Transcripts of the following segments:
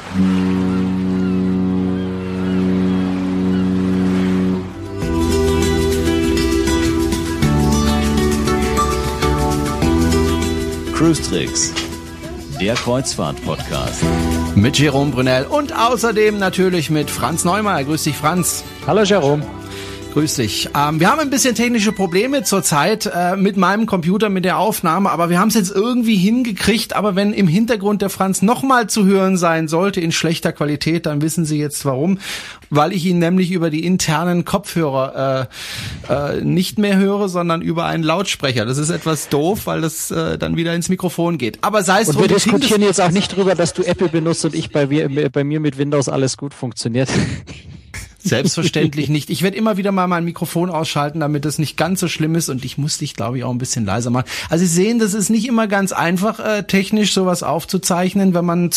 Cruise Tricks, der Kreuzfahrt-Podcast. Mit Jérôme Brunel und außerdem natürlich mit Franz Neumeier. Grüß dich, Franz. Hallo, Jérôme. Grüß dich. Wir haben ein bisschen technische Probleme zurzeit mit meinem Computer, mit der Aufnahme, aber wir haben es jetzt irgendwie hingekriegt. Aber wenn im Hintergrund der Franz nochmal zu hören sein sollte in schlechter Qualität, dann wissen Sie jetzt warum. Weil ich ihn nämlich über die internen Kopfhörer nicht mehr höre, sondern über einen Lautsprecher. Das ist etwas doof, weil das dann wieder ins Mikrofon geht. Aber sei es drum. Und wir diskutieren jetzt auch nicht drüber, dass du Apple benutzt und ich bei mir mit Windows alles gut funktioniert. Selbstverständlich nicht. Ich werde immer wieder mal mein Mikrofon ausschalten, damit es nicht ganz so schlimm ist, und ich muss dich, glaube ich, auch ein bisschen leiser machen. Also Sie sehen, das ist nicht immer ganz einfach, technisch sowas aufzuzeichnen, wenn man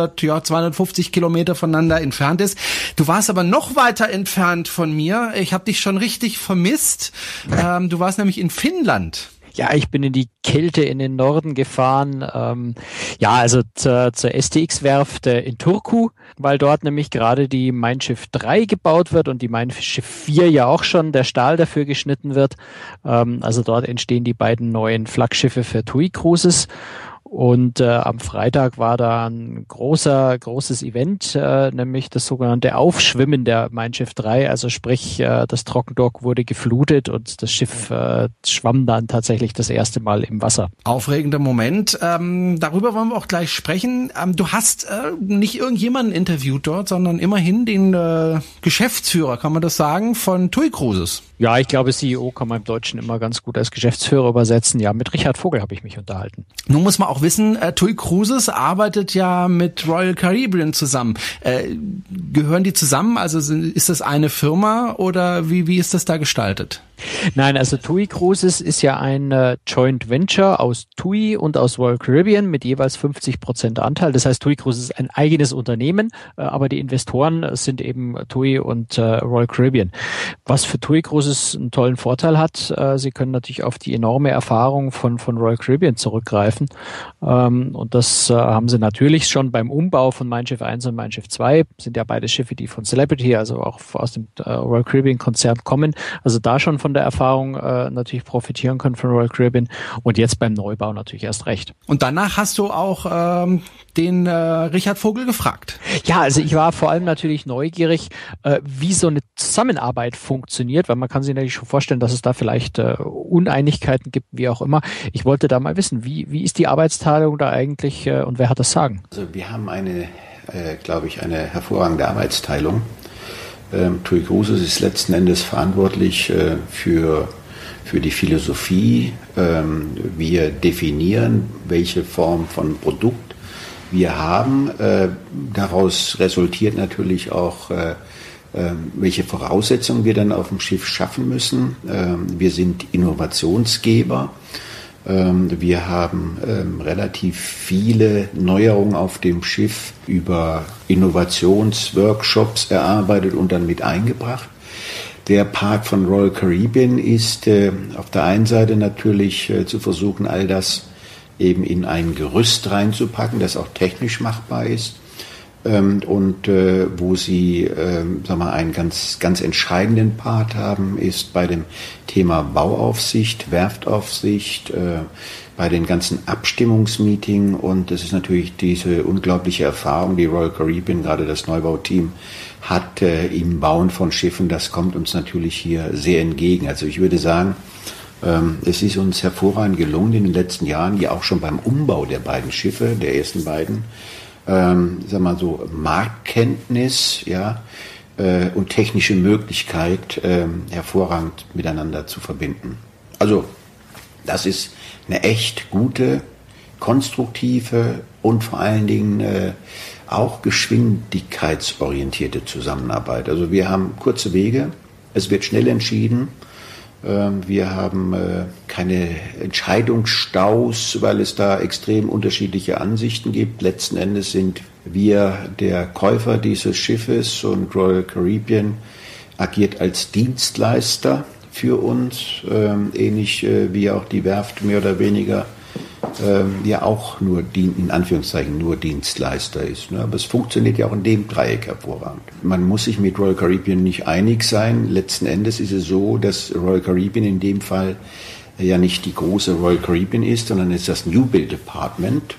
250 Kilometer voneinander entfernt ist. Du warst aber noch weiter entfernt von mir. Ich habe dich schon richtig vermisst. Du warst nämlich in Finnland. Ja, ich bin in die Kälte in den Norden gefahren, also zur STX-Werft in Turku, weil dort nämlich gerade die Mein Schiff 3 gebaut wird und die Mein Schiff 4 ja auch schon der Stahl dafür geschnitten wird. Also dort entstehen die beiden neuen Flaggschiffe für TUI Cruises. Und am Freitag war da ein großes Event, nämlich das sogenannte Aufschwimmen der Mein Schiff 3. Also sprich, das Trockendock wurde geflutet und das Schiff schwamm dann tatsächlich das erste Mal im Wasser. Aufregender Moment. Darüber wollen wir auch gleich sprechen. Du hast nicht irgendjemanden interviewt dort, sondern immerhin den Geschäftsführer, kann man das sagen, von TUI Cruises. Ja, ich glaube, CEO kann man im Deutschen immer ganz gut als Geschäftsführer übersetzen. Ja, mit Richard Vogel habe ich mich unterhalten. Nun muss man auch wissen, TUI Cruises arbeitet ja mit Royal Caribbean zusammen. Gehören die zusammen? Also ist das eine Firma oder wie ist das da gestaltet? Nein, also TUI Cruises ist ja ein Joint Venture aus TUI und aus Royal Caribbean mit jeweils 50% Anteil. Das heißt, TUI Cruises ist ein eigenes Unternehmen, aber die Investoren sind eben TUI und Royal Caribbean. Was für TUI Cruises einen tollen Vorteil hat, sie können natürlich auf die enorme Erfahrung von Royal Caribbean zurückgreifen. Und das haben sie natürlich schon beim Umbau von Mein Schiff 1 und Mein Schiff 2, sind ja beide Schiffe, die von Celebrity, also auch aus dem Royal Caribbean Konzern kommen. Also da schon von der Erfahrung natürlich profitieren können von Royal Caribbean und jetzt beim Neubau natürlich erst recht. Und danach hast du auch den Richard Vogel gefragt. Ja, also ich war vor allem natürlich neugierig, wie so eine Zusammenarbeit funktioniert, weil man kann sich natürlich schon vorstellen, dass es da vielleicht Uneinigkeiten gibt, wie auch immer. Ich wollte da mal wissen, wie ist die Arbeitsteilung da eigentlich und wer hat das Sagen? Also wir haben eine hervorragende Arbeitsteilung. TUI Cruises ist letzten Endes verantwortlich für die Philosophie. Wir definieren, welche Form von Produkt wir haben. Daraus resultiert natürlich auch, welche Voraussetzungen wir dann auf dem Schiff schaffen müssen. Wir sind Innovationsgeber. Wir haben relativ viele Neuerungen auf dem Schiff über Innovationsworkshops erarbeitet und dann mit eingebracht. Der Part von Royal Caribbean ist auf der einen Seite natürlich zu versuchen, all das eben in ein Gerüst reinzupacken, das auch technisch machbar ist. Wo sie einen ganz entscheidenden Part haben, ist bei dem Thema Bauaufsicht, Werftaufsicht, bei den ganzen Abstimmungsmeetings, und das ist natürlich diese unglaubliche Erfahrung, die Royal Caribbean, gerade das Neubauteam, hat im Bauen von Schiffen. Das kommt uns natürlich hier sehr entgegen. Also ich würde sagen, es ist uns hervorragend gelungen in den letzten Jahren, ja auch schon beim Umbau der beiden Schiffe, der ersten beiden, Marktkenntnis, und technische Möglichkeit hervorragend miteinander zu verbinden. Also das ist eine echt gute, konstruktive und vor allen Dingen auch geschwindigkeitsorientierte Zusammenarbeit. Also wir haben kurze Wege, es wird schnell entschieden. Wir haben keine Entscheidungsstaus, weil es da extrem unterschiedliche Ansichten gibt. Letzten Endes sind wir der Käufer dieses Schiffes und Royal Caribbean agiert als Dienstleister für uns, ähnlich wie auch die Werft mehr oder weniger ja auch nur, in Anführungszeichen, nur Dienstleister ist. Ne? Aber es funktioniert ja auch in dem Dreieck hervorragend. Man muss sich mit Royal Caribbean nicht einig sein. Letzten Endes ist es so, dass Royal Caribbean in dem Fall ja nicht die große Royal Caribbean ist, sondern es ist das New Build Department,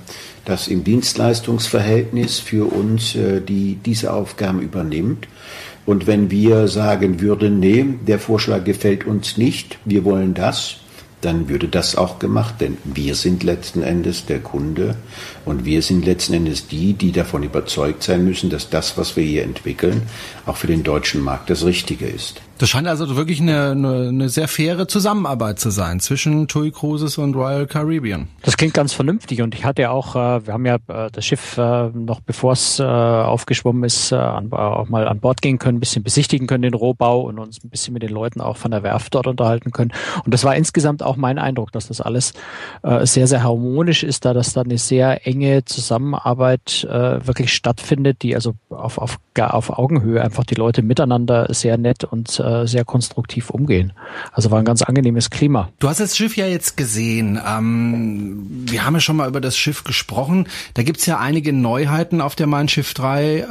das im Dienstleistungsverhältnis für uns diese Aufgaben übernimmt. Und wenn wir sagen würden, nee, der Vorschlag gefällt uns nicht, wir wollen das, dann würde das auch gemacht, denn wir sind letzten Endes der Kunde und wir sind letzten Endes die davon überzeugt sein müssen, dass das, was wir hier entwickeln, auch für den deutschen Markt das Richtige ist. Das scheint also wirklich eine sehr faire Zusammenarbeit zu sein zwischen TUI Cruises und Royal Caribbean. Das klingt ganz vernünftig und ich hatte ja auch, wir haben ja das Schiff noch bevor es aufgeschwommen ist, auch mal an Bord gehen können, ein bisschen besichtigen können, den Rohbau und uns ein bisschen mit den Leuten auch von der Werft dort unterhalten können. Und das war insgesamt auch mein Eindruck, dass das alles sehr, sehr harmonisch ist, dass da eine sehr enge Zusammenarbeit wirklich stattfindet, die also auf Augenhöhe einfach die Leute miteinander sehr nett und sehr konstruktiv umgehen. Also war ein ganz angenehmes Klima. Du hast das Schiff ja jetzt gesehen. Wir haben ja schon mal über das Schiff gesprochen. Da gibt's ja einige Neuheiten auf der Mein Schiff 3.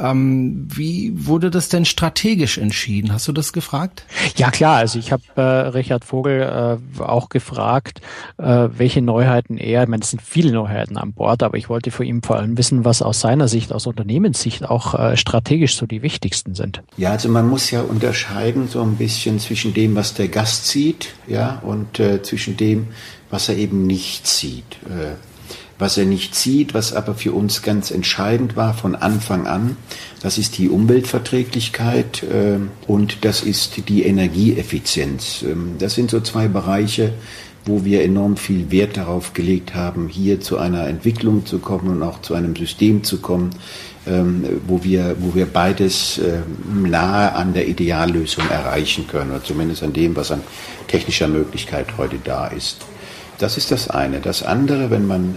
Wie wurde das denn strategisch entschieden? Hast du das gefragt? Ja klar, also ich habe Richard Vogel auch gefragt, welche Neuheiten ich meine, es sind viele Neuheiten an Bord, aber ich wollte von ihm vor allem wissen, was aus seiner Sicht, aus Unternehmenssicht auch strategisch so die wichtigsten sind. Ja, also man muss ja unterscheiden so ein bisschen zwischen dem, was der Gast sieht, ja, und zwischen dem, was er eben nicht sieht. Was er nicht sieht, was aber für uns ganz entscheidend war von Anfang an, das ist die Umweltverträglichkeit und das ist die Energieeffizienz. Das sind so zwei Bereiche, wo wir enorm viel Wert darauf gelegt haben, hier zu einer Entwicklung zu kommen und auch zu einem System zu kommen, wo wir beides nahe an der Ideallösung erreichen können, oder zumindest an dem, was an technischer Möglichkeit heute da ist. Das ist das eine. Das andere, wenn man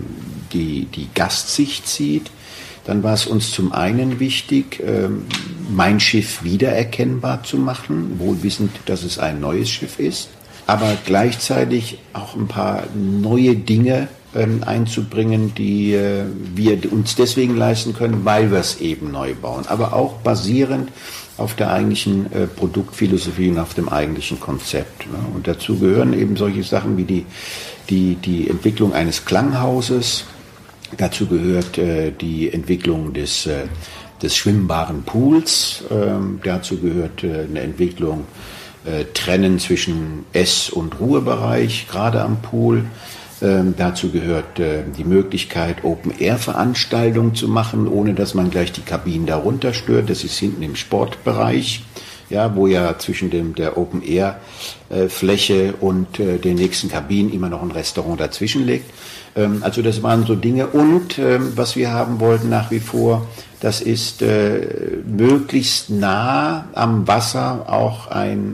die Gastsicht sieht, dann war es uns zum einen wichtig, Mein Schiff wiedererkennbar zu machen, wohl wissend, dass es ein neues Schiff ist, aber gleichzeitig auch ein paar neue Dinge einzubringen, die wir uns deswegen leisten können, weil wir es eben neu bauen, aber auch basierend auf der eigentlichen Produktphilosophie und auf dem eigentlichen Konzept. Ne? Und dazu gehören eben solche Sachen wie die Entwicklung eines Klanghauses, dazu gehört die Entwicklung des schwimmbaren Pools, dazu gehört eine Entwicklung Trennen zwischen Ess- und Ruhebereich, gerade am Pool. Dazu gehört die Möglichkeit, Open-Air-Veranstaltungen zu machen, ohne dass man gleich die Kabinen darunter stört. Das ist hinten im Sportbereich, ja, wo ja zwischen der Open-Air-Fläche und den nächsten Kabinen immer noch ein Restaurant dazwischen liegt. Also das waren so Dinge. Und was wir haben wollten nach wie vor, das ist möglichst nah am Wasser auch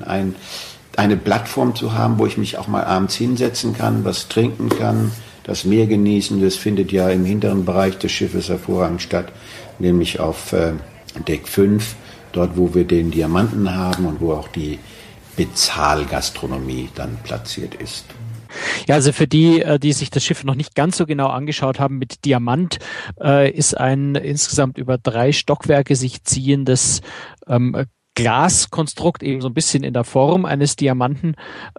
eine Plattform zu haben, wo ich mich auch mal abends hinsetzen kann, was trinken kann, das Meer genießen. Das findet ja im hinteren Bereich des Schiffes hervorragend statt, nämlich auf Deck 5, dort wo wir den Diamanten haben und wo auch die Bezahlgastronomie dann platziert ist. Ja, also für die sich das Schiff noch nicht ganz so genau angeschaut haben, mit Diamant ist ein insgesamt über 3 Stockwerke sich ziehendes Glaskonstrukt, eben so ein bisschen in der Form eines Diamanten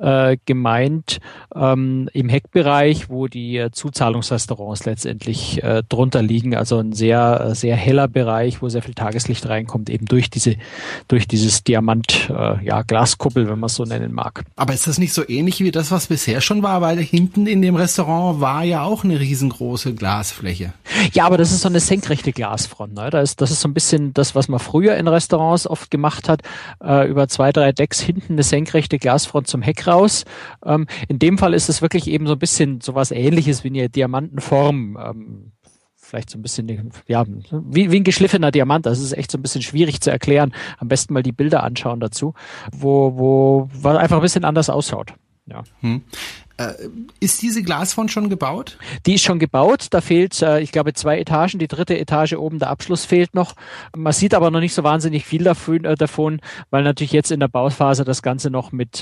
gemeint, im Heckbereich, wo die Zuzahlungsrestaurants letztendlich drunter liegen. Also ein sehr, sehr heller Bereich, wo sehr viel Tageslicht reinkommt, eben durch dieses Diamant, Glaskuppel, wenn man es so nennen mag. Aber ist das nicht so ähnlich wie das, was bisher schon war? Weil hinten in dem Restaurant war ja auch eine riesengroße Glasfläche. Ja, aber das ist so eine senkrechte Glasfront. Ne? Das ist so ein bisschen das, was man früher in Restaurants oft gemacht hat, über 2, 3 Decks hinten eine senkrechte Glasfront zum Heck raus. In dem Fall ist es wirklich eben so ein bisschen sowas Ähnliches wie eine Diamantenform. Vielleicht so ein bisschen, ja, wie ein geschliffener Diamant. Das ist echt so ein bisschen schwierig zu erklären. Am besten mal die Bilder anschauen dazu, wo einfach ein bisschen anders ausschaut. Ja. Ist diese Glasfront schon gebaut? Die ist schon gebaut. Da fehlt, ich glaube, 2 Etagen. Die 3. Etage oben, der Abschluss fehlt noch. Man sieht aber noch nicht so wahnsinnig viel davon, weil natürlich jetzt in der Bauphase das Ganze noch mit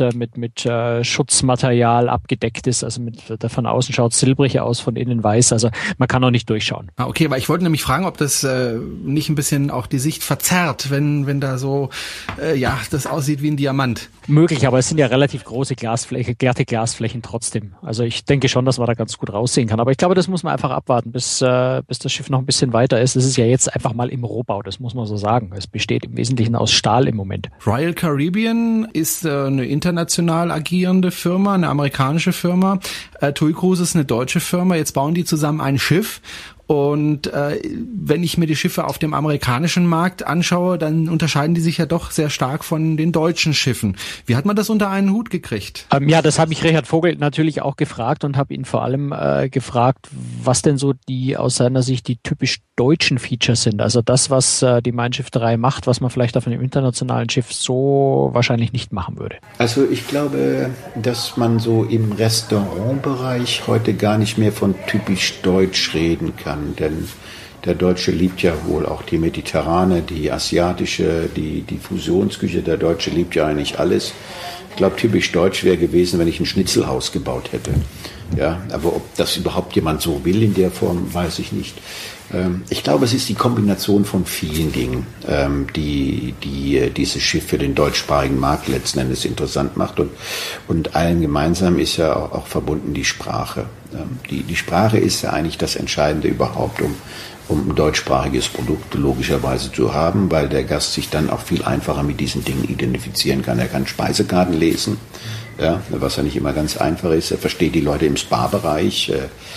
Schutzmaterial abgedeckt ist. Also von außen schaut es silbrig aus, von innen weiß. Also man kann noch nicht durchschauen. Okay, weil ich wollte nämlich fragen, ob das nicht ein bisschen auch die Sicht verzerrt, wenn da so, das aussieht wie ein Diamant. Möglich, aber es sind ja relativ große glatte Glasflächen trotzdem. Also ich denke schon, dass man da ganz gut raussehen kann. Aber ich glaube, das muss man einfach abwarten, bis das Schiff noch ein bisschen weiter ist. Es ist ja jetzt einfach mal im Rohbau, das muss man so sagen. Es besteht im Wesentlichen aus Stahl im Moment. Royal Caribbean ist eine international agierende Firma, eine amerikanische Firma. TUI Cruises ist eine deutsche Firma. Jetzt bauen die zusammen ein Schiff. Und wenn ich mir die Schiffe auf dem amerikanischen Markt anschaue, dann unterscheiden die sich ja doch sehr stark von den deutschen Schiffen. Wie hat man das unter einen Hut gekriegt? Ja, das habe ich Richard Vogel natürlich auch gefragt und habe ihn vor allem gefragt, was denn so aus seiner Sicht die typisch deutschen Features sind. Also das, was die Mein Schiff 3 macht, was man vielleicht auf einem internationalen Schiff so wahrscheinlich nicht machen würde. Also ich glaube, dass man so im Restaurantbereich heute gar nicht mehr von typisch deutsch reden kann. Denn der Deutsche liebt ja wohl auch die mediterrane, die asiatische, die Fusionsküche. Der Deutsche liebt ja eigentlich alles. Ich glaube, typisch deutsch wäre gewesen, wenn ich ein Schnitzelhaus gebaut hätte. Ja, aber ob das überhaupt jemand so will in der Form, weiß ich nicht. Ich glaube, es ist die Kombination von vielen Dingen, die dieses Schiff für den deutschsprachigen Markt letzten Endes interessant macht. Und allen gemeinsam ist ja auch verbunden die Sprache. Die Sprache ist ja eigentlich das Entscheidende überhaupt, um ein deutschsprachiges Produkt logischerweise zu haben, weil der Gast sich dann auch viel einfacher mit diesen Dingen identifizieren kann. Er kann Speisekarten lesen, ja, was ja nicht immer ganz einfach ist. Er versteht die Leute im Spa-Bereich.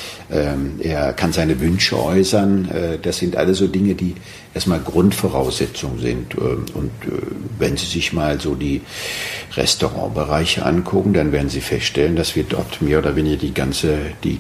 Er kann seine Wünsche äußern. Das sind alles so Dinge, die erstmal Grundvoraussetzungen sind. Und wenn Sie sich mal so die Restaurantbereiche angucken, dann werden Sie feststellen, dass wir dort mehr oder weniger die ganze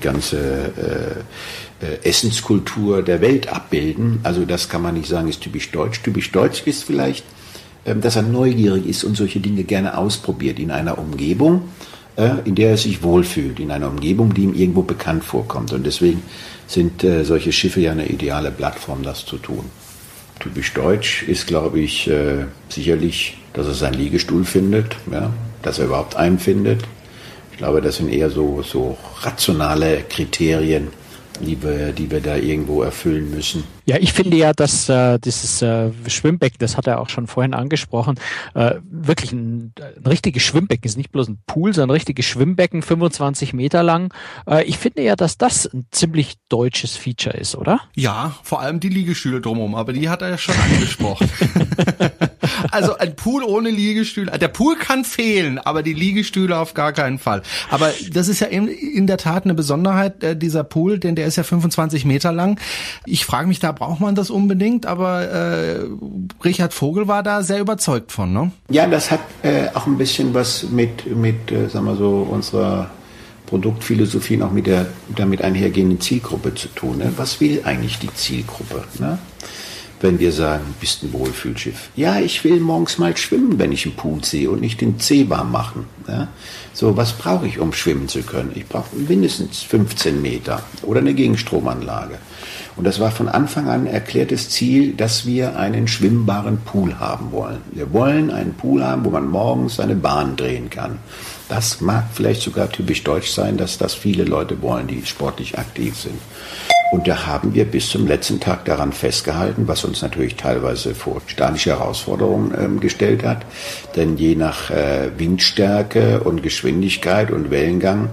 Essenskultur der Welt abbilden. Also das kann man nicht sagen, ist typisch deutsch. Typisch deutsch ist vielleicht, dass er neugierig ist und solche Dinge gerne ausprobiert in einer Umgebung, in der er sich wohlfühlt, in einer Umgebung, die ihm irgendwo bekannt vorkommt. Und deswegen sind solche Schiffe ja eine ideale Plattform, das zu tun. Typisch deutsch ist, glaube ich, sicherlich, dass er seinen Liegestuhl findet, ja, dass er überhaupt einen findet. Ich glaube, das sind eher so rationale Kriterien, die wir da irgendwo erfüllen müssen. Ja, ich finde ja, dass dieses Schwimmbecken, das hat er auch schon vorhin angesprochen, wirklich ein richtiges Schwimmbecken ist, nicht bloß ein Pool, sondern ein richtiges Schwimmbecken, 25 Meter lang. Ich finde ja, dass das ein ziemlich deutsches Feature ist, oder? Ja, vor allem die Liegestühle drumherum, aber die hat er ja schon angesprochen. Also ein Pool ohne Liegestühle, der Pool kann fehlen, aber die Liegestühle auf gar keinen Fall. Aber das ist ja in der Tat eine Besonderheit, dieser Pool, denn der ist ja 25 Meter lang. Ich frage mich, da braucht man das unbedingt, aber Richard Vogel war da sehr überzeugt von, ne? Ja, das hat auch ein bisschen was mit sagen wir so, unserer Produktphilosophie noch mit der damit einhergehenden Zielgruppe zu tun. Ne? Was will eigentlich die Zielgruppe? Ne? Wenn wir sagen, bist ein Wohlfühlschiff. Ja, ich will morgens mal schwimmen, wenn ich einen Pool sehe und nicht den Zeh warm machen. Ja? So, was brauche ich, um schwimmen zu können? Ich brauche mindestens 15 Meter oder eine Gegenstromanlage. Und das war von Anfang an erklärtes Ziel, dass wir einen schwimmbaren Pool haben wollen. Wir wollen einen Pool haben, wo man morgens seine Bahn drehen kann. Das mag vielleicht sogar typisch deutsch sein, dass das viele Leute wollen, die sportlich aktiv sind. Und da haben wir bis zum letzten Tag daran festgehalten, was uns natürlich teilweise vor staatliche Herausforderungen gestellt hat. Denn je nach Windstärke und Geschwindigkeit und Wellengang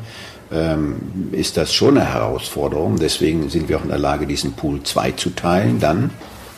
ist das schon eine Herausforderung. Deswegen sind wir auch in der Lage, diesen Pool 2 zu teilen. Dann,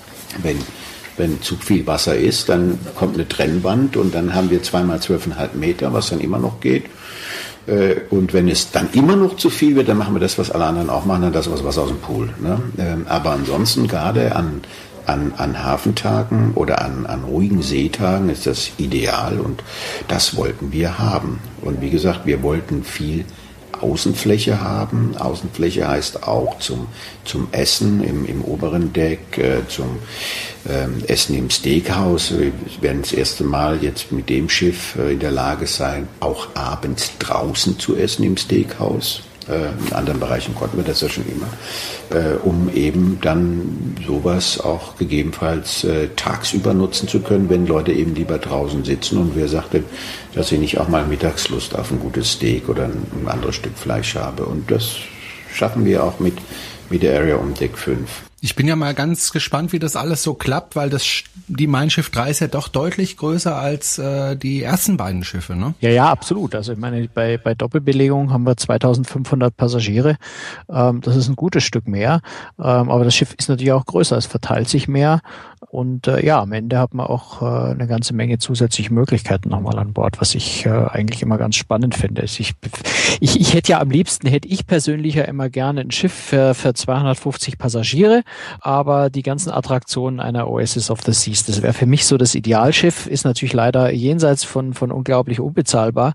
wenn zu viel Wasser ist, dann kommt eine Trennwand und dann haben wir 2 mal 12,5 Meter, was dann immer noch geht. Und wenn es dann immer noch zu viel wird, dann machen wir das, was alle anderen auch machen, dann das was aus dem Pool. Ne? Aber ansonsten gerade an Hafentagen oder an ruhigen Seetagen ist das ideal und das wollten wir haben. Und wie gesagt, wir wollten viel Außenfläche haben. Außenfläche heißt auch zum Essen im oberen Deck, zum Essen im Steakhouse. Wir werden das erste Mal jetzt mit dem Schiff in der Lage sein, auch abends draußen zu essen im Steakhouse. In anderen Bereichen konnten wir das ja schon immer, um eben dann sowas auch gegebenenfalls tagsüber nutzen zu können, wenn Leute eben lieber draußen sitzen. Und wer sagte, dass ich nicht auch mal Mittagslust auf ein gutes Steak oder ein anderes Stück Fleisch habe. Und das schaffen wir auch mit der Area um Deck 5. Ich bin ja mal ganz gespannt, wie das alles so klappt, weil die Mein Schiff 3 ist ja doch deutlich größer als die ersten beiden Schiffe, ne? Ja, absolut. Also ich meine, bei Doppelbelegung haben wir 2500 Passagiere. Das ist ein gutes Stück mehr. Aber das Schiff ist natürlich auch größer. Es verteilt sich mehr. Und am Ende hat man auch eine ganze Menge zusätzliche Möglichkeiten nochmal an Bord, was ich eigentlich immer ganz spannend finde. Ich hätte ja am liebsten, hätte ich persönlich ja immer gerne ein Schiff für 250 Passagiere, aber die ganzen Attraktionen einer Oasis of the Seas, das wäre für mich so das Idealschiff, ist natürlich leider jenseits von unglaublich unbezahlbar.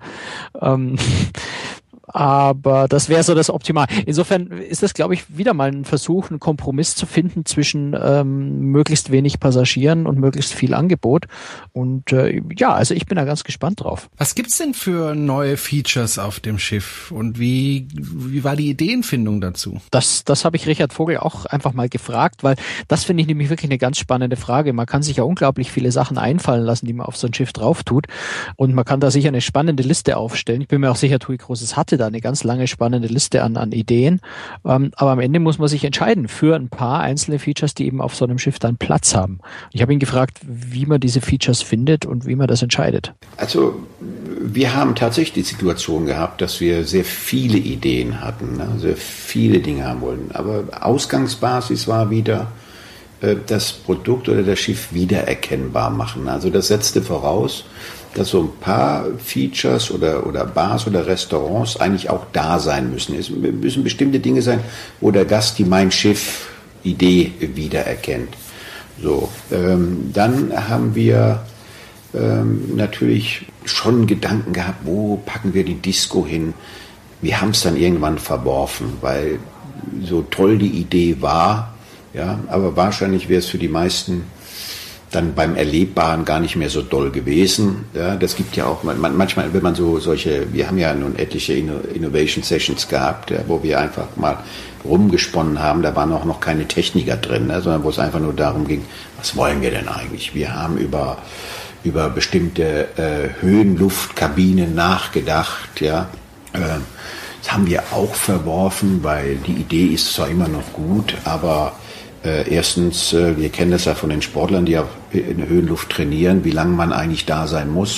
Aber das wäre so das Optimal. Insofern ist das, glaube ich, wieder mal ein Versuch, einen Kompromiss zu finden zwischen möglichst wenig Passagieren und möglichst viel Angebot. Und also ich bin da ganz gespannt drauf. Was gibt's denn für neue Features auf dem Schiff und wie war die Ideenfindung dazu? Das habe ich Richard Vogel auch einfach mal gefragt, weil das finde ich nämlich wirklich eine ganz spannende Frage. Man kann sich ja unglaublich viele Sachen einfallen lassen, die man auf so ein Schiff drauf tut. Und man kann da sicher eine spannende Liste aufstellen. Ich bin mir auch sicher, TUI Cruises hatte da eine ganz lange spannende Liste an Ideen. Aber am Ende muss man sich entscheiden für ein paar einzelne Features, die eben auf so einem Schiff dann Platz haben. Ich habe ihn gefragt, wie man diese Features findet und wie man das entscheidet. Also wir haben tatsächlich die Situation gehabt, dass wir sehr viele Ideen hatten, sehr viele Dinge haben wollten. Aber Ausgangsbasis war wieder das Produkt oder das Schiff wiedererkennbar machen. Also das setzte voraus, dass so ein paar Features oder Bars oder Restaurants eigentlich auch da sein müssen. Es müssen bestimmte Dinge sein, wo der Gast die Mein Schiff-Idee wiedererkennt. So, dann haben wir natürlich schon Gedanken gehabt, wo packen wir die Disco hin. Wir haben es dann irgendwann verworfen, weil so toll die Idee war, ja, aber wahrscheinlich wäre es für die meisten dann beim Erlebbaren gar nicht mehr so doll gewesen. Ja, das gibt ja auch manchmal, wenn man wir haben ja nun etliche Innovation Sessions gehabt, ja, wo wir einfach mal rumgesponnen haben, da waren auch noch keine Techniker drin, sondern wo es einfach nur darum ging, was wollen wir denn eigentlich? Wir haben über bestimmte Höhenluftkabinen nachgedacht, ja. Das haben wir auch verworfen, weil die Idee ist zwar immer noch gut, aber erstens, wir kennen das ja von den Sportlern, die ja in der Höhenluft trainieren, wie lange man eigentlich da sein muss,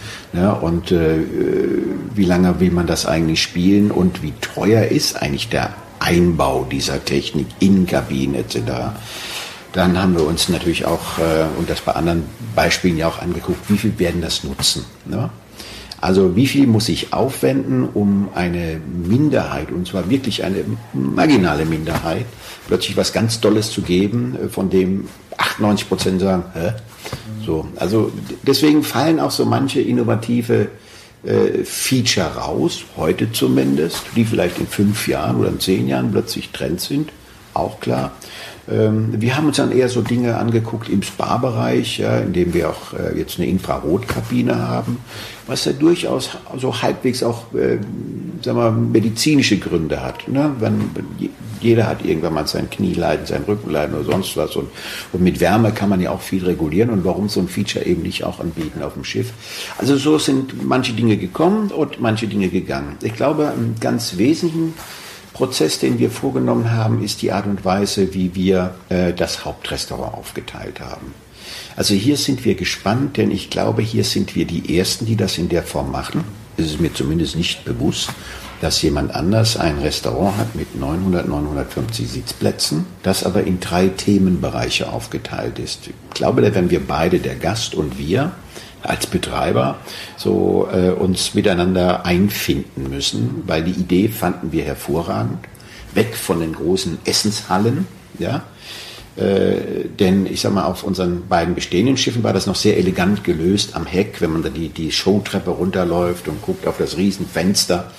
wie lange will man das eigentlich spielen und wie teuer ist eigentlich der Einbau dieser Technik in Kabinen etc. Dann haben wir uns natürlich auch, und das bei anderen Beispielen ja auch angeguckt, wie viel werden das nutzen, ne? Also wie viel muss ich aufwenden, um eine Minderheit, und zwar wirklich eine marginale Minderheit, plötzlich was ganz Tolles zu geben, von dem 98% sagen, hä? So, also deswegen fallen auch so manche innovative Feature raus, heute zumindest, die vielleicht in 5 Jahren oder in 10 Jahren plötzlich Trend sind, auch klar. Wir haben uns dann eher so Dinge angeguckt im Spa-Bereich, ja, in dem wir auch jetzt eine Infrarotkabine haben, was ja durchaus so halbwegs auch medizinische Gründe hat. Ne? Jeder hat irgendwann mal sein Knieleiden, sein Rückenleiden oder sonst was und mit Wärme kann man ja auch viel regulieren und warum so ein Feature eben nicht auch anbieten auf dem Schiff. Also so sind manche Dinge gekommen und manche Dinge gegangen. Ich glaube, einen ganz wesentlichen Prozess, den wir vorgenommen haben, ist die Art und Weise, wie wir das Hauptrestaurant aufgeteilt haben. Also hier sind wir gespannt, denn ich glaube, hier sind wir die Ersten, die das in der Form machen. Es ist mir zumindest nicht bewusst, dass jemand anders ein Restaurant hat mit 950 Sitzplätzen, das aber in 3 Themenbereiche aufgeteilt ist. Ich glaube, da werden wir beide, der Gast und wir, als Betreiber uns miteinander einfinden müssen, weil die Idee fanden wir hervorragend, weg von den großen Essenshallen, ja, denn ich sag mal, auf unseren beiden bestehenden Schiffen war das noch sehr elegant gelöst am Heck, wenn man da die Showtreppe runterläuft und guckt auf das Riesenfenster,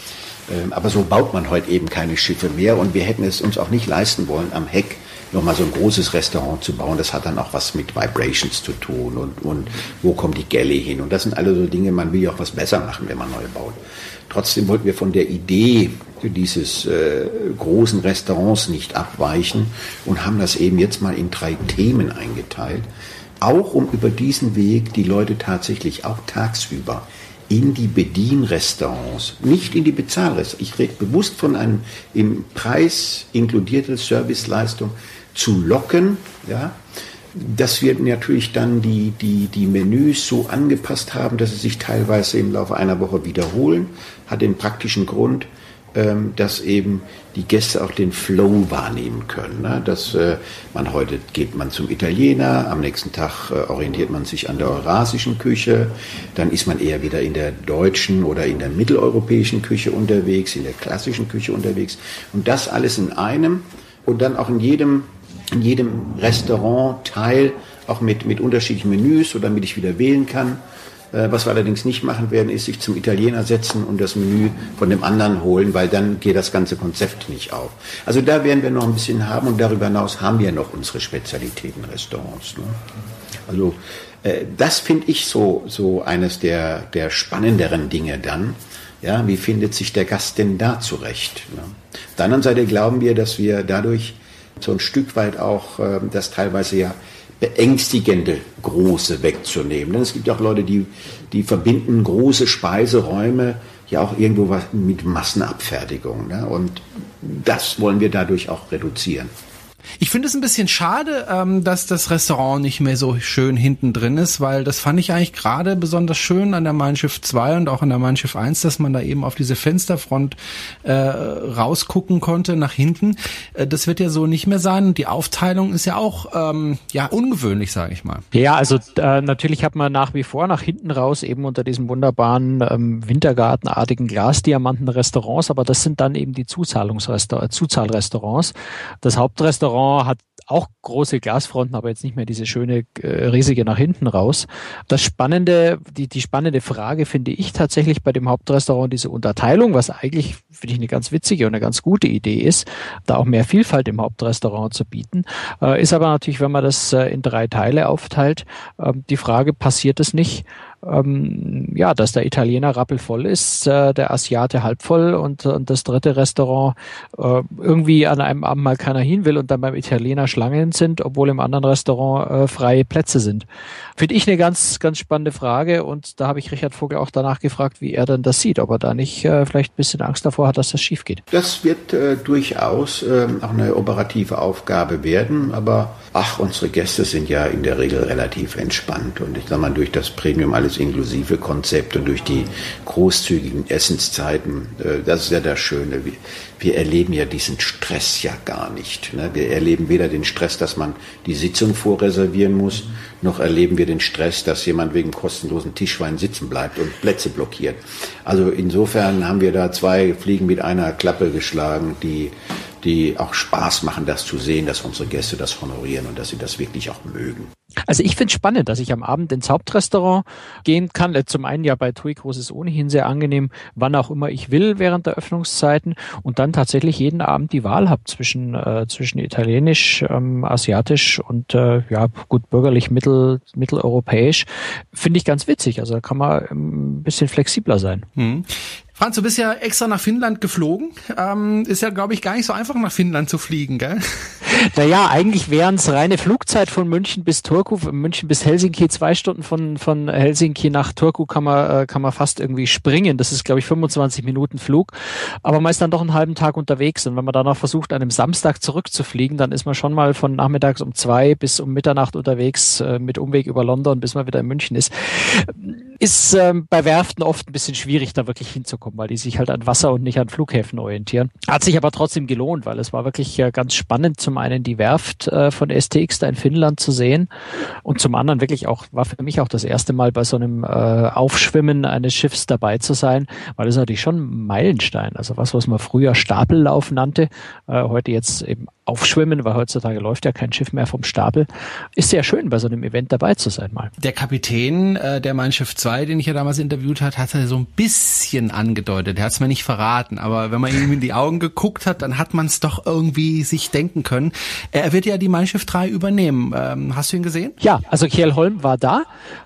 Aber so baut man heute eben keine Schiffe mehr und wir hätten es uns auch nicht leisten wollen, am Heck nochmal so ein großes Restaurant zu bauen. Das hat dann auch was mit Vibrations zu tun und wo kommt die Galley hin. Und das sind alle so Dinge, man will ja auch was besser machen, wenn man neu baut. Trotzdem wollten wir von der Idee dieses großen Restaurants nicht abweichen und haben das eben jetzt mal in 3 Themen eingeteilt. Auch um über diesen Weg die Leute tatsächlich auch tagsüber in die Bedienrestaurants, nicht in die Bezahlrestaurants. Ich rede bewusst von einem im Preis inkludierte Serviceleistung zu locken, ja, dass wir natürlich dann die Menüs so angepasst haben, dass sie sich teilweise im Laufe einer Woche wiederholen, hat den praktischen Grund, dass eben die Gäste auch den Flow wahrnehmen können. Ne? Dass man heute geht man zum Italiener, am nächsten Tag orientiert man sich an der eurasischen Küche, dann ist man eher wieder in der deutschen oder in der mitteleuropäischen Küche unterwegs, in der klassischen Küche unterwegs und das alles in einem und dann auch in jedem Restaurantteil auch mit unterschiedlichen Menüs, oder damit ich wieder wählen kann. Was wir allerdings nicht machen werden, ist sich zum Italiener setzen und das Menü von dem anderen holen, weil dann geht das ganze Konzept nicht auf. Also da werden wir noch ein bisschen haben und darüber hinaus haben wir noch unsere Spezialitäten-Restaurants. Ne? Also das finde ich so eines der spannenderen Dinge dann. Ja, wie findet sich der Gast denn da zurecht? Ne? Auf der anderen Seite glauben wir, dass wir dadurch so ein Stück weit auch das teilweise ja beängstigende Große wegzunehmen. Denn es gibt ja auch Leute, die verbinden große Speiseräume ja auch irgendwo was mit Massenabfertigung. Ne? Und das wollen wir dadurch auch reduzieren. Ich finde es ein bisschen schade, dass das Restaurant nicht mehr so schön hinten drin ist, weil das fand ich eigentlich gerade besonders schön an der Mein Schiff 2 und auch an der Mein Schiff 1, dass man da eben auf diese Fensterfront rausgucken konnte nach hinten. Das wird ja so nicht mehr sein und die Aufteilung ist ja auch ungewöhnlich, sage ich mal. Ja, also natürlich hat man nach wie vor nach hinten raus eben unter diesen wunderbaren wintergartenartigen Glasdiamanten-Restaurants, aber das sind dann eben die Zuzahlrestaurants. Das Hauptrestaurant hat auch große Glasfronten, aber jetzt nicht mehr diese schöne riesige nach hinten raus. Das Spannende, die spannende Frage finde ich tatsächlich bei dem Hauptrestaurant diese Unterteilung, was eigentlich, finde ich, eine ganz witzige und eine ganz gute Idee ist, da auch mehr Vielfalt im Hauptrestaurant zu bieten. Ist aber natürlich, wenn man das in 3 Teile aufteilt, die Frage, passiert es nicht? Dass der Italiener rappelvoll ist, der Asiate halbvoll und das dritte Restaurant irgendwie an einem Abend mal keiner hin will und dann beim Italiener Schlangen sind, obwohl im anderen Restaurant freie Plätze sind. Finde ich eine ganz, ganz spannende Frage und da habe ich Richard Vogel auch danach gefragt, wie er denn das sieht, ob er da nicht vielleicht ein bisschen Angst davor hat, dass das schief geht. Das wird durchaus auch eine operative Aufgabe werden, aber unsere Gäste sind ja in der Regel relativ entspannt und ich sag mal, durch das Premium alles inklusive Konzept und durch die großzügigen Essenszeiten, das ist ja das Schöne. Wir erleben ja diesen Stress ja gar nicht. Ne? Wir erleben weder den Stress, dass man die Sitzung vorreservieren muss, noch erleben wir den Stress, dass jemand wegen kostenlosen Tischwein sitzen bleibt und Plätze blockiert. Also insofern haben wir da 2 Fliegen mit einer Klappe geschlagen, die auch Spaß machen, das zu sehen, dass unsere Gäste das honorieren und dass sie das wirklich auch mögen. Also ich finde es spannend, dass ich am Abend ins Hauptrestaurant gehen kann. Zum einen ja bei TUI Cruises ist es ohnehin sehr angenehm, wann auch immer ich will während der Öffnungszeiten und dann tatsächlich jeden Abend die Wahl habe zwischen italienisch, asiatisch und bürgerlich mitteleuropäisch. Finde ich ganz witzig. Also da kann man ein bisschen flexibler sein. Franz, du bist ja extra nach Finnland geflogen. Ist ja, glaube ich, gar nicht so einfach, nach Finnland zu fliegen, gell? Naja, eigentlich wären es reine Flugzeit von München bis Turku, München bis Helsinki, 2 Stunden von Helsinki nach Turku kann man fast irgendwie springen. Das ist, glaube ich, 25 Minuten Flug. Aber man ist dann doch einen halben Tag unterwegs. Und wenn man dann noch versucht, an einem Samstag zurückzufliegen, dann ist man schon mal von nachmittags um 2 bis um Mitternacht unterwegs, mit Umweg über London, bis man wieder in München ist. Ist bei Werften oft ein bisschen schwierig, da wirklich hinzukommen, weil die sich halt an Wasser und nicht an Flughäfen orientieren. Hat sich aber trotzdem gelohnt, weil es war wirklich ganz spannend, zum einen die Werft von STX da in Finnland zu sehen und zum anderen war für mich auch das erste Mal bei so einem Aufschwimmen eines Schiffs dabei zu sein, weil das natürlich schon ein Meilenstein, also was man früher Stapellauf nannte, heute jetzt eben Aufschwimmen, weil heutzutage läuft ja kein Schiff mehr vom Stapel. Ist sehr schön, bei so einem Event dabei zu sein mal. Der Kapitän der Mein Schiff 2, den ich ja damals interviewt hat er so ein bisschen angedeutet. Er hat es mir nicht verraten, aber wenn man ihm in die Augen geguckt hat, dann hat man es doch irgendwie sich denken können. Er wird ja die Mein Schiff 3 übernehmen. Hast du ihn gesehen? Ja, also Kjell Holm war da.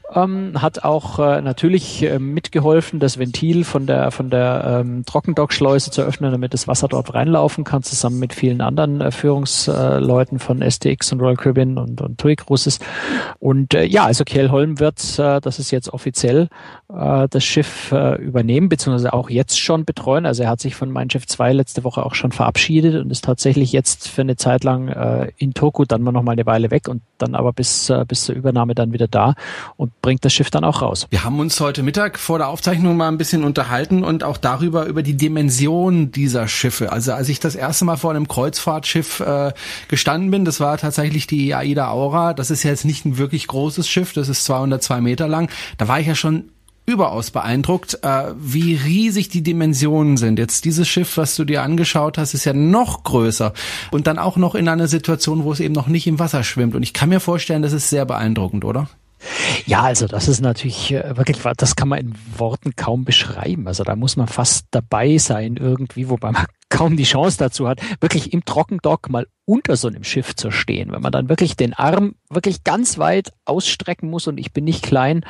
Hat auch natürlich mitgeholfen, das Ventil von der Trockendockschleuse zu öffnen, damit das Wasser dort reinlaufen kann, zusammen mit vielen anderen Führungsleuten von STX und Royal Caribbean und TUI Cruises. Und also Kjell Holm wird, das ist jetzt offiziell, das Schiff übernehmen, beziehungsweise auch jetzt schon betreuen. Also er hat sich von Mein Schiff 2 letzte Woche auch schon verabschiedet und ist tatsächlich jetzt für eine Zeit lang in Turku, dann noch mal eine Weile weg und dann aber bis zur Übernahme dann wieder da und bringt das Schiff dann auch raus. Wir haben uns heute Mittag vor der Aufzeichnung mal ein bisschen unterhalten und auch über die Dimension dieser Schiffe. Also als ich das erste Mal vor einem Kreuzfahrtschiff gestanden bin, das war tatsächlich die AIDA Aura. Das ist ja jetzt nicht ein wirklich großes Schiff, das ist 202 Meter lang. Da war ich ja schon überaus beeindruckt, wie riesig die Dimensionen sind. Jetzt dieses Schiff, was du dir angeschaut hast, ist ja noch größer und dann auch noch in einer Situation, wo es eben noch nicht im Wasser schwimmt. Und ich kann mir vorstellen, das ist sehr beeindruckend, oder? Ja, also das ist natürlich wirklich, das kann man in Worten kaum beschreiben. Also da muss man fast dabei sein irgendwie, wobei man kaum die Chance dazu hat, wirklich im Trockendock mal unter so einem Schiff zu stehen. Wenn man dann wirklich den Arm wirklich ganz weit ausstrecken muss, und ich bin nicht klein,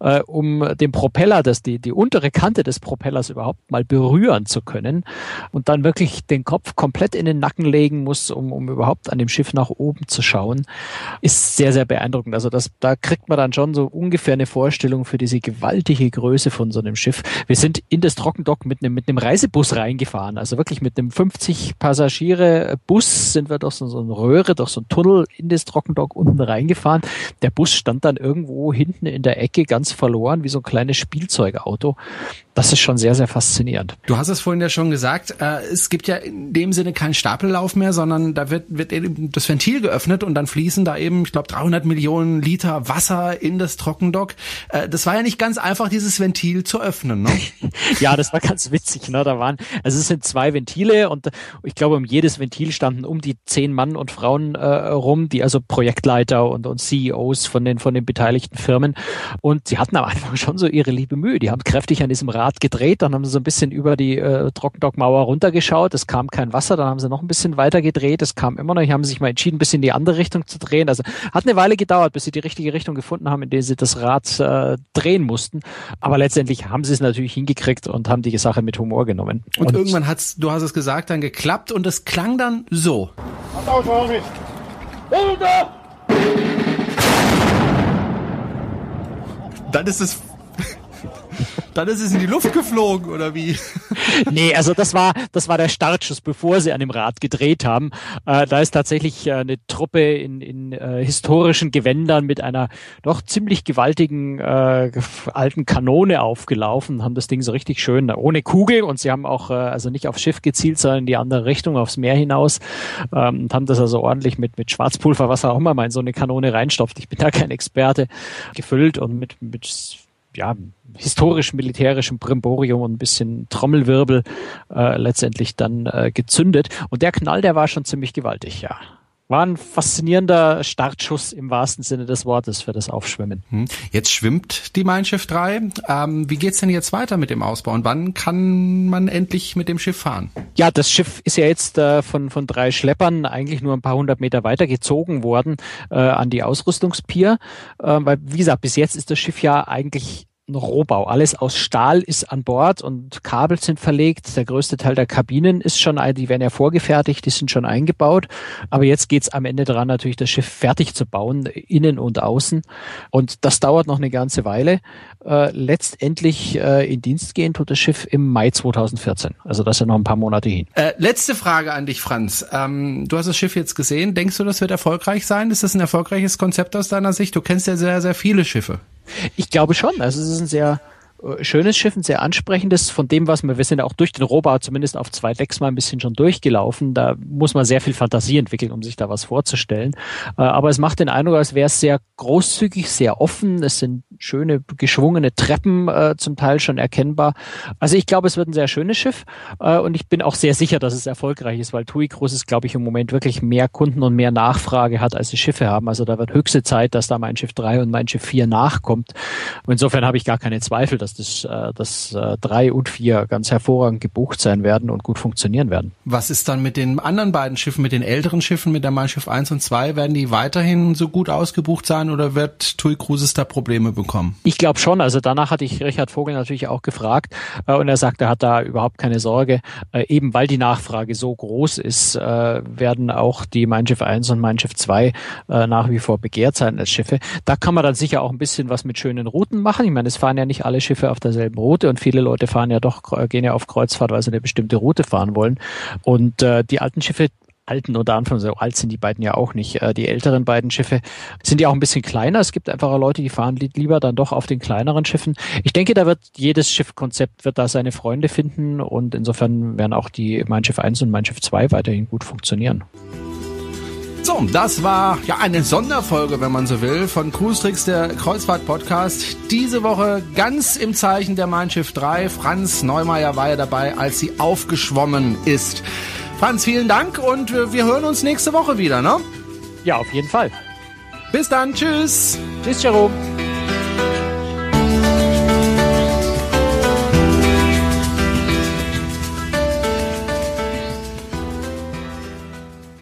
um den Propeller, die untere Kante des Propellers überhaupt mal berühren zu können und dann wirklich den Kopf komplett in den Nacken legen muss, um überhaupt an dem Schiff nach oben zu schauen, ist sehr, sehr beeindruckend. Also da kriegt man dann schon so ungefähr eine Vorstellung für diese gewaltige Größe von so einem Schiff. Wir sind in das Trockendock mit einem Reisebus reingefahren, also wirklich mit einem 50 Passagiere Bus sind wir durch so eine Röhre, durch so einen Tunnel in das Trockendock unten reingefahren. Der Bus stand dann irgendwo hinten in der Ecke ganz verloren, wie so ein kleines Spielzeugauto. Das ist schon sehr, sehr faszinierend. Du hast es vorhin ja schon gesagt, es gibt ja in dem Sinne keinen Stapellauf mehr, sondern da wird eben das Ventil geöffnet und dann fließen da eben, ich glaube, 300 Millionen Liter Wasser in das Trockendock. Das war ja nicht ganz einfach, dieses Ventil zu öffnen, ne? Ja, das war ganz witzig, ne? Also es sind 2 Ventile und ich glaube, um jedes Ventil standen um die 10 Mann und Frauen rum, die also Projektleiter und CEOs von den beteiligten Firmen. Und sie hatten am Anfang schon so ihre liebe Mühe. Die haben kräftig an diesem Rad gedreht, dann haben sie so ein bisschen über die Trockendockmauer runtergeschaut, es kam kein Wasser, dann haben sie noch ein bisschen weiter gedreht, es kam immer noch, die haben sich mal entschieden, ein bisschen in die andere Richtung zu drehen. Also hat eine Weile gedauert, bis sie die richtige Richtung gefunden haben, in der sie das Rad drehen mussten. Aber letztendlich haben sie es natürlich hingekriegt und haben die Sache mit Humor genommen. Und irgendwann hat's, du hast es gesagt, dann geklappt und es klang dann so. Dann ist es in die Luft geflogen, oder wie? Nee, also das war der Startschuss, bevor sie an dem Rad gedreht haben. Da ist tatsächlich eine Truppe in historischen Gewändern mit einer doch ziemlich gewaltigen alten Kanone aufgelaufen, haben das Ding so richtig schön ohne Kugel, und sie haben auch also nicht aufs Schiff gezielt, sondern in die andere Richtung, aufs Meer hinaus, und haben das also ordentlich mit Schwarzpulver, was auch immer man in so eine Kanone reinstopft. Ich bin da kein Experte, gefüllt und mit historisch-militärischem Brimborium und ein bisschen Trommelwirbel letztendlich dann gezündet. Und der Knall, der war schon ziemlich gewaltig, ja. War ein faszinierender Startschuss im wahrsten Sinne des Wortes für das Aufschwimmen. Jetzt schwimmt die Mein Schiff 3. Wie geht's denn jetzt weiter mit dem Ausbau? Und wann kann man endlich mit dem Schiff fahren? Ja, das Schiff ist ja jetzt von 3 Schleppern eigentlich nur ein paar 100 Meter weiter gezogen worden an die Ausrüstungspier. Weil, wie gesagt, bis jetzt ist das Schiff ja eigentlich ein Rohbau. Alles aus Stahl ist an Bord und Kabel sind verlegt. Der größte Teil der Kabinen ist schon, die werden ja vorgefertigt, die sind schon eingebaut. Aber jetzt geht's am Ende dran, natürlich das Schiff fertig zu bauen, innen und außen. Und das dauert noch eine ganze Weile. Letztendlich in Dienst gehen tut das Schiff im Mai 2014. Also das sind noch ein paar Monate hin. Letzte Frage an dich, Franz. Du hast das Schiff jetzt gesehen. Denkst du, das wird erfolgreich sein? Ist das ein erfolgreiches Konzept aus deiner Sicht? Du kennst ja sehr, sehr viele Schiffe. Ich glaube schon. Also es ist ein sehr schönes Schiff, ein sehr ansprechendes. Von dem, wir sind auch durch den Rohbau zumindest auf 2 Decks mal ein bisschen schon durchgelaufen. Da muss man sehr viel Fantasie entwickeln, um sich da was vorzustellen. Aber es macht den Eindruck, als wäre es sehr großzügig, sehr offen. Es sind schöne geschwungene Treppen zum Teil schon erkennbar. Also ich glaube, es wird ein sehr schönes Schiff und ich bin auch sehr sicher, dass es erfolgreich ist, weil TUI Cruises, glaube ich, im Moment wirklich mehr Kunden und mehr Nachfrage hat, als die Schiffe haben. Also da wird höchste Zeit, dass da Mein Schiff 3 und Mein Schiff 4 nachkommt. Und insofern habe ich gar keine Zweifel, dass das 3 und 4 ganz hervorragend gebucht sein werden und gut funktionieren werden. Was ist dann mit den anderen beiden Schiffen, mit den älteren Schiffen, mit der Mein Schiff 1 und 2? Werden die weiterhin so gut ausgebucht sein oder wird TUI Cruises da Probleme bekommen? Ich glaube schon. Also danach hatte ich Richard Vogel natürlich auch gefragt und er sagt, er hat da überhaupt keine Sorge. Eben weil die Nachfrage so groß ist, werden auch die Mein Schiff 1 und Mein Schiff 2 nach wie vor begehrt sein als Schiffe. Da kann man dann sicher auch ein bisschen was mit schönen Routen machen. Ich meine, es fahren ja nicht alle Schiffe auf derselben Route und viele Leute gehen ja auf Kreuzfahrt, weil sie eine bestimmte Route fahren wollen. Und die alten Schiffe, unter Anführungszeichen, so alt sind die beiden ja auch nicht. Die älteren beiden Schiffe sind ja auch ein bisschen kleiner. Es gibt einfach auch Leute, die fahren lieber dann doch auf den kleineren Schiffen. Ich denke, da wird jedes Schiffkonzept wird da seine Freunde finden und insofern werden auch die Mein Schiff 1 und Mein Schiff 2 weiterhin gut funktionieren. So, das war ja eine Sonderfolge, wenn man so will, von Cruise Tricks, der Kreuzfahrt-Podcast. Diese Woche ganz im Zeichen der Mein Schiff 3. Franz Neumeier war ja dabei, als sie aufgeschwommen ist. Franz, vielen Dank und wir hören uns nächste Woche wieder, ne? Ja, auf jeden Fall. Bis dann, tschüss. Tschüss, Jerome.